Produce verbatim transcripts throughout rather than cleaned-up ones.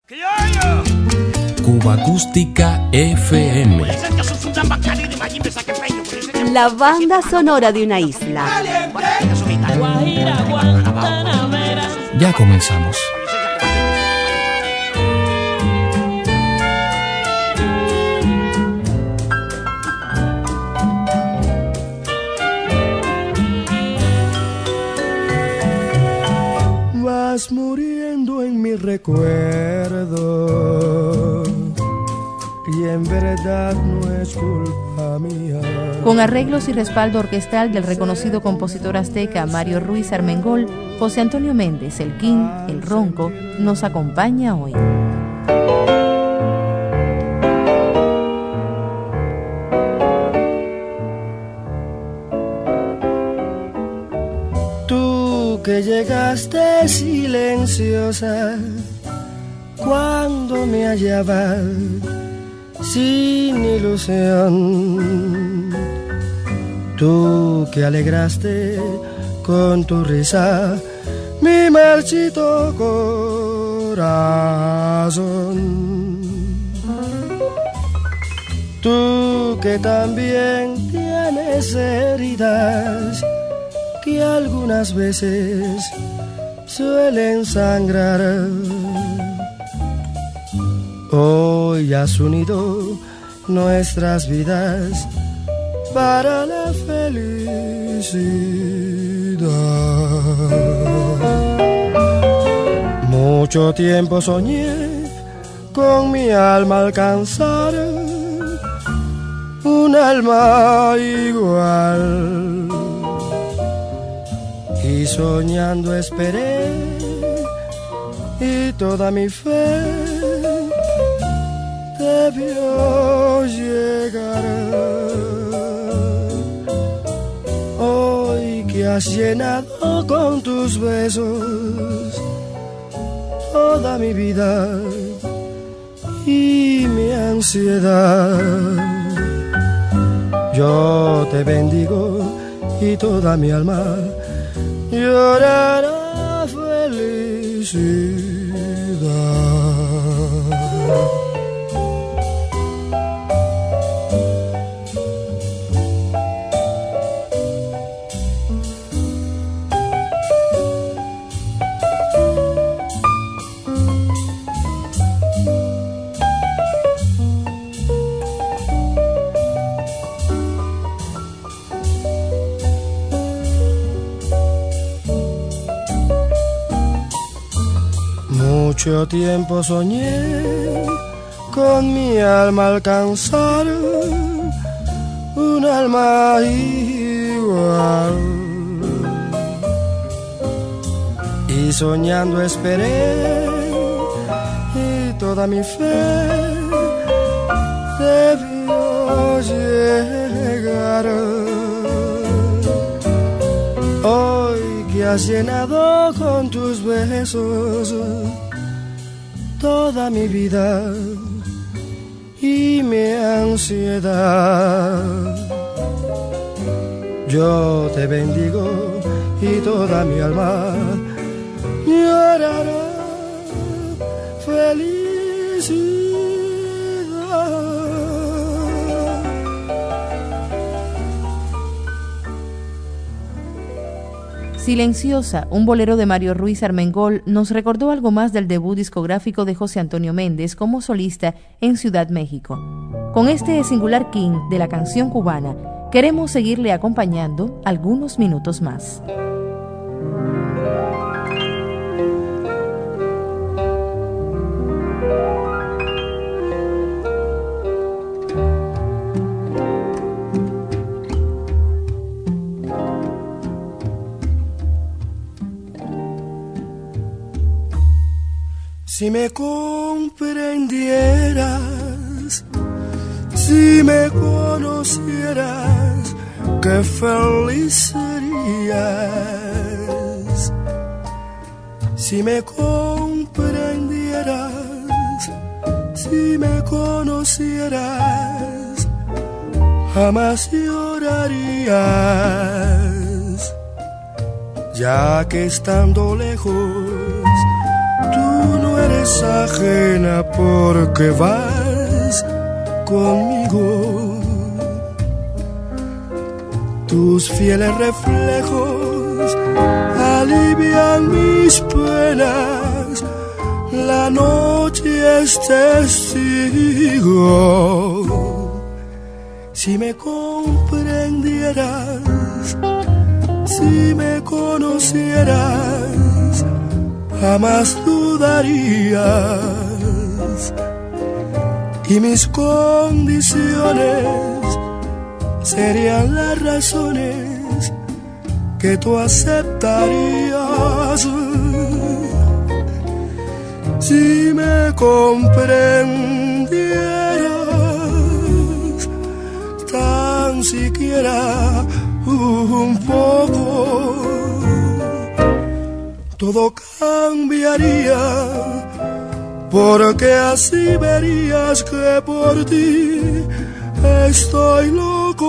Cuba Acústica F M. La banda sonora de una isla. Ya comenzamos. Vas muriendo en mi recuerdo y en verdad no es culpa mía. Con arreglos y respaldo orquestal del reconocido compositor azteca Mario Ruiz Armengol, José Antonio Méndez, el King, el Ronco, nos acompaña hoy. Tú que llegaste silenciosa cuando me hallaba sin ilusión, tú que alegraste con tu risa mi marchito corazón, tú que también tienes heridas que algunas veces suelen sangrar. Hoy has unido nuestras vidas para la felicidad. Mucho tiempo soñé con mi alma alcanzar un alma igual, y soñando esperé y toda mi fe te vio llegar. Hoy que has llenado con tus besos toda mi vida y mi ansiedad, yo te bendigo y toda mi alma llorará felicidad. Mucho tiempo soñé con mi alma alcanzar un alma igual, y soñando esperé y toda mi fe debió llegar. Hoy que has llenado con tus besos toda mi vida y mi ansiedad, yo te bendigo y toda mi alma llorará felicidad. Silenciosa, un bolero de Mario Ruiz Armengol, nos recordó algo más del debut discográfico de José Antonio Méndez como solista en Ciudad México. Con este singular king de la canción cubana, queremos seguirle acompañando algunos minutos más. Si me comprendieras, si me conocieras, qué feliz serías. Si me comprendieras, si me conocieras, jamás llorarías, ya que estando lejos tú no eres es ajena porque vas conmigo. Tus fieles reflejos alivian mis penas, la noche es testigo. Si me comprendieras, si me conocieras, jamás dudarías. Y mis condiciones serían las razones que tú aceptarías. Si me comprendieras tan siquiera un poco, todo cambiaría, porque así verías que por ti estoy loco.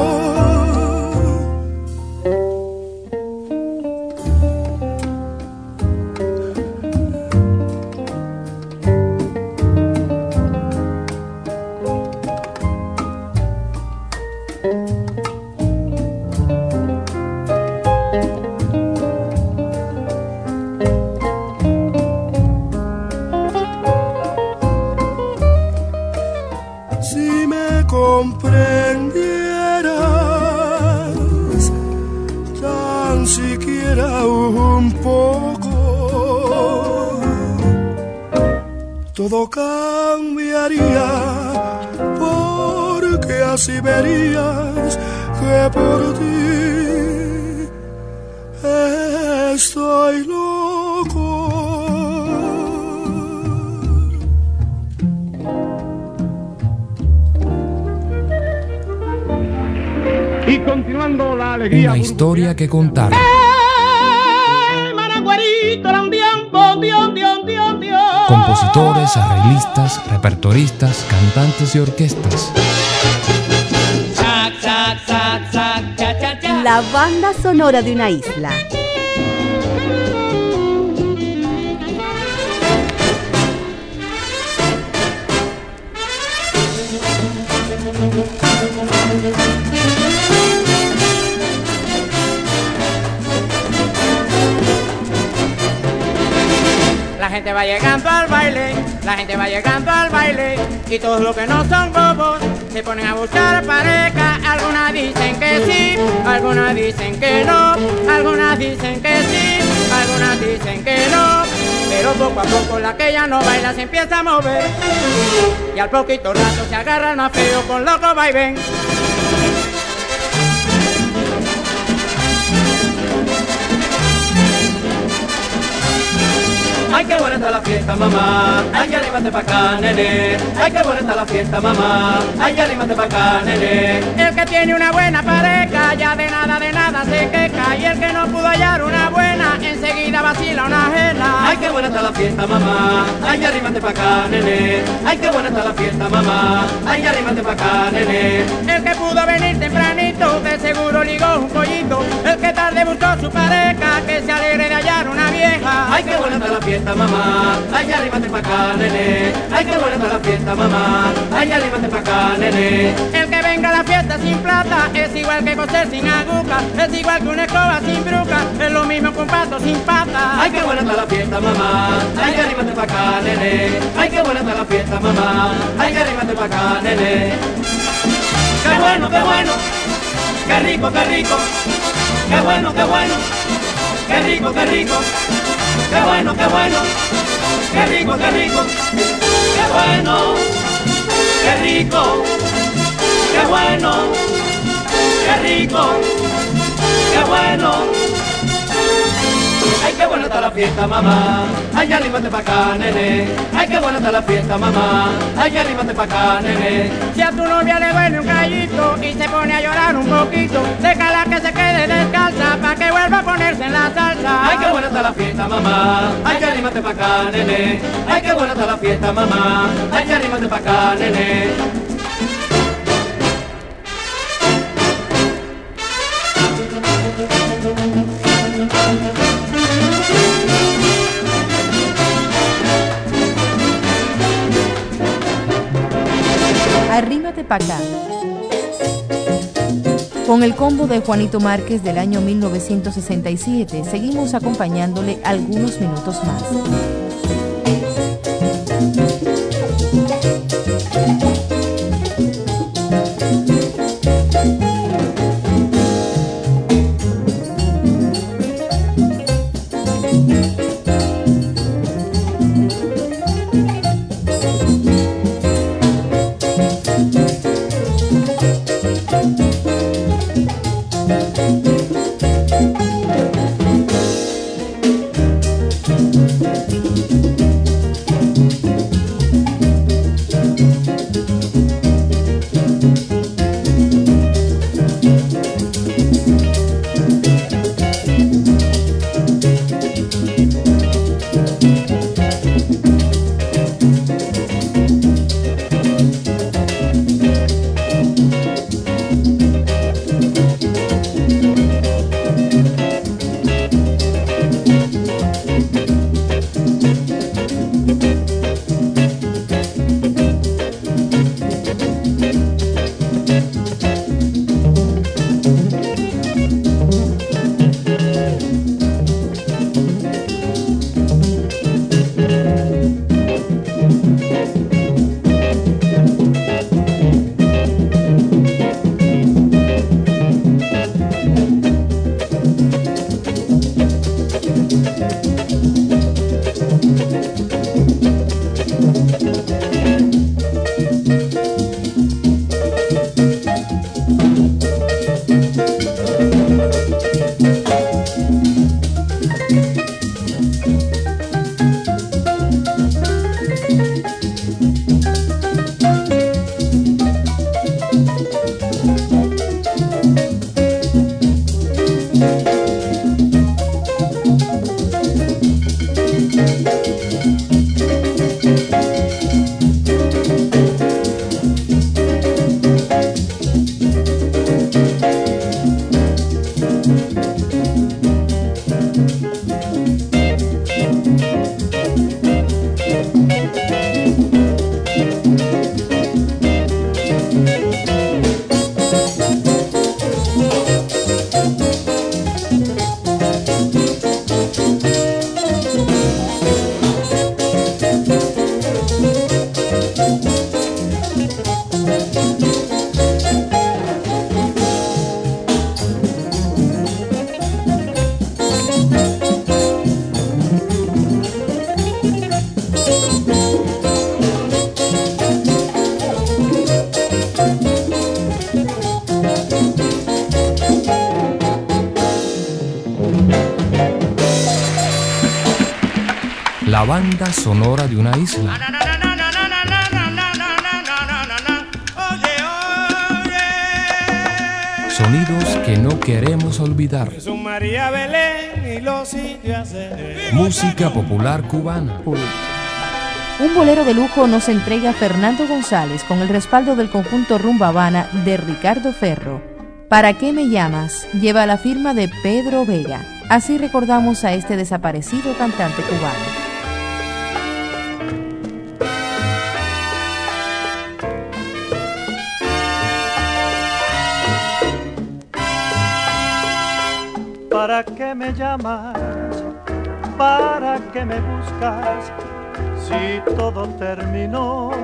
Comprendieras tan siquiera un poco, todo cambiaría, porque así verías que por ti estoy loco. Y continuando la alegría. Una historia que contar. Compositores, arreglistas, repertoristas, cantantes y orquestas. La banda sonora de una isla. La gente va llegando al baile, la gente va llegando al baile, y todos los que no son bobos se ponen a buscar pareja. Algunas dicen que sí, algunas dicen que no, algunas dicen que sí, algunas dicen que no, pero poco a poco la que ya no baila se empieza a mover, y al poquito rato se agarra el más feo con loco vaivén. Ay, qué buena está la fiesta, mamá. Ay, arrímate pa' acá, nene. Ay, qué buena está la fiesta, mamá. Ay, arrímate pa' acá, nene. El que tiene una buena pareja ya de nada, de nada se queja, y el que no pudo hallar una buena enseguida vacila una ajena. Ay, qué buena está la fiesta, mamá. Ay, arrímate pa' acá, nene. Ay, qué buena está la fiesta, mamá. Ay, arrímate pa' acá, nene. El que pudo venir tempranito de seguro ligó un pollito. El que tarde buscó su pareja que se alegre de hallar una vieja. Ay, qué buena está la fiesta, mamá. Ay, arrímate pa' acá, nene. Ay, qué buena está la fiesta, mamá. Ay, arrímate pa' acá, nene. El que venga a la fiesta sin plata es igual que coser sin aguja, es igual que una escoba sin bruca, es lo mismo que un pato sin pata. Ay, qué buena está la fiesta, mamá. Ay, arrímate pa' acá, nene. Ay, qué buena está la fiesta, mamá. Ay, arrímate pa' acá, nene. Qué bueno, qué bueno. Qué rico, qué rico. Qué bueno, qué bueno. Qué rico, qué rico. Qué bueno, qué bueno. Qué rico, qué rico. Qué bueno. Qué rico. Qué bueno. Qué rico. Qué bueno. Ay, qué buena está la fiesta, mamá. Ay, arrímate pa' acá, nene. Ay, qué buena está la fiesta, mamá. Ay, arrímate pa' acá, nene. Si a tu novia le duele un gallito y se pone a llorar un poquito, déjala que se quede descalza pa' que vuelva a ponerse en la salsa. Ay, qué buena está la fiesta, mamá. Ay, arrímate pa' acá, nene. Ay, qué buena está la fiesta, mamá. Ay, arrímate pa' acá, nene. pa' acá. Con el combo de Juanito Márquez del año mil novecientos sesenta y siete, seguimos acompañándole algunos minutos más. La banda sonora de una isla. Sonidos que no queremos olvidar. Música popular cubana. Un bolero de lujo nos entrega Fernando González con el respaldo del conjunto Rumba Habana de Ricardo Ferro. ¿Para qué me llamas? Lleva la firma de Pedro Vega. Así recordamos a este desaparecido cantante cubano. ¿Para qué me llamas? ¿Para qué me buscas? Si todo terminó.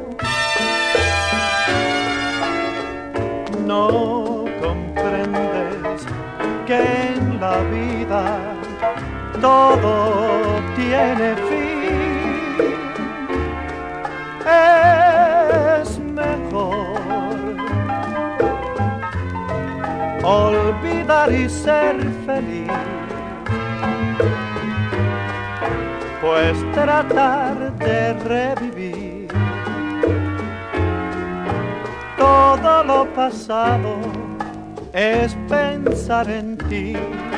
No comprendes que en la vida todo tiene fin. Es mejor olvidar y ser feliz, pues tratar de revivir todo lo pasado es pensar en ti.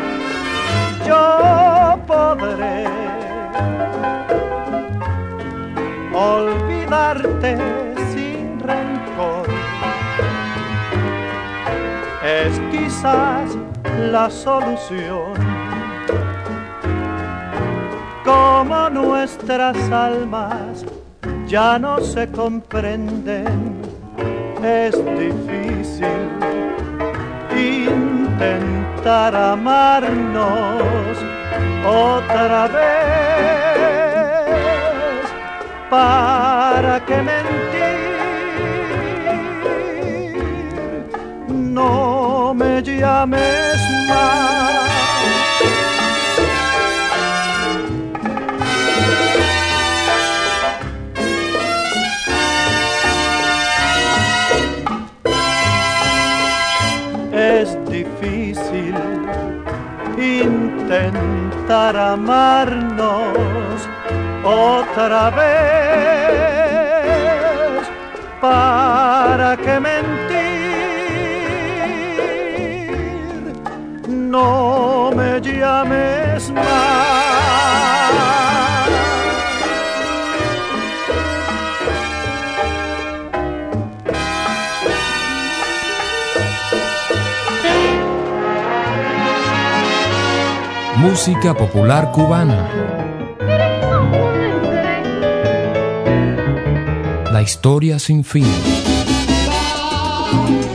Yo podré olvidarte sin rencor, es quizás la solución. Como nuestras almas ya no se comprenden, es difícil intentar amarnos otra vez. ¿Para qué mentir? No me llames más. Es difícil intentar amarnos otra vez. ¿Para qué mentir? No me llames más. Música popular cubana. La historia sin fin.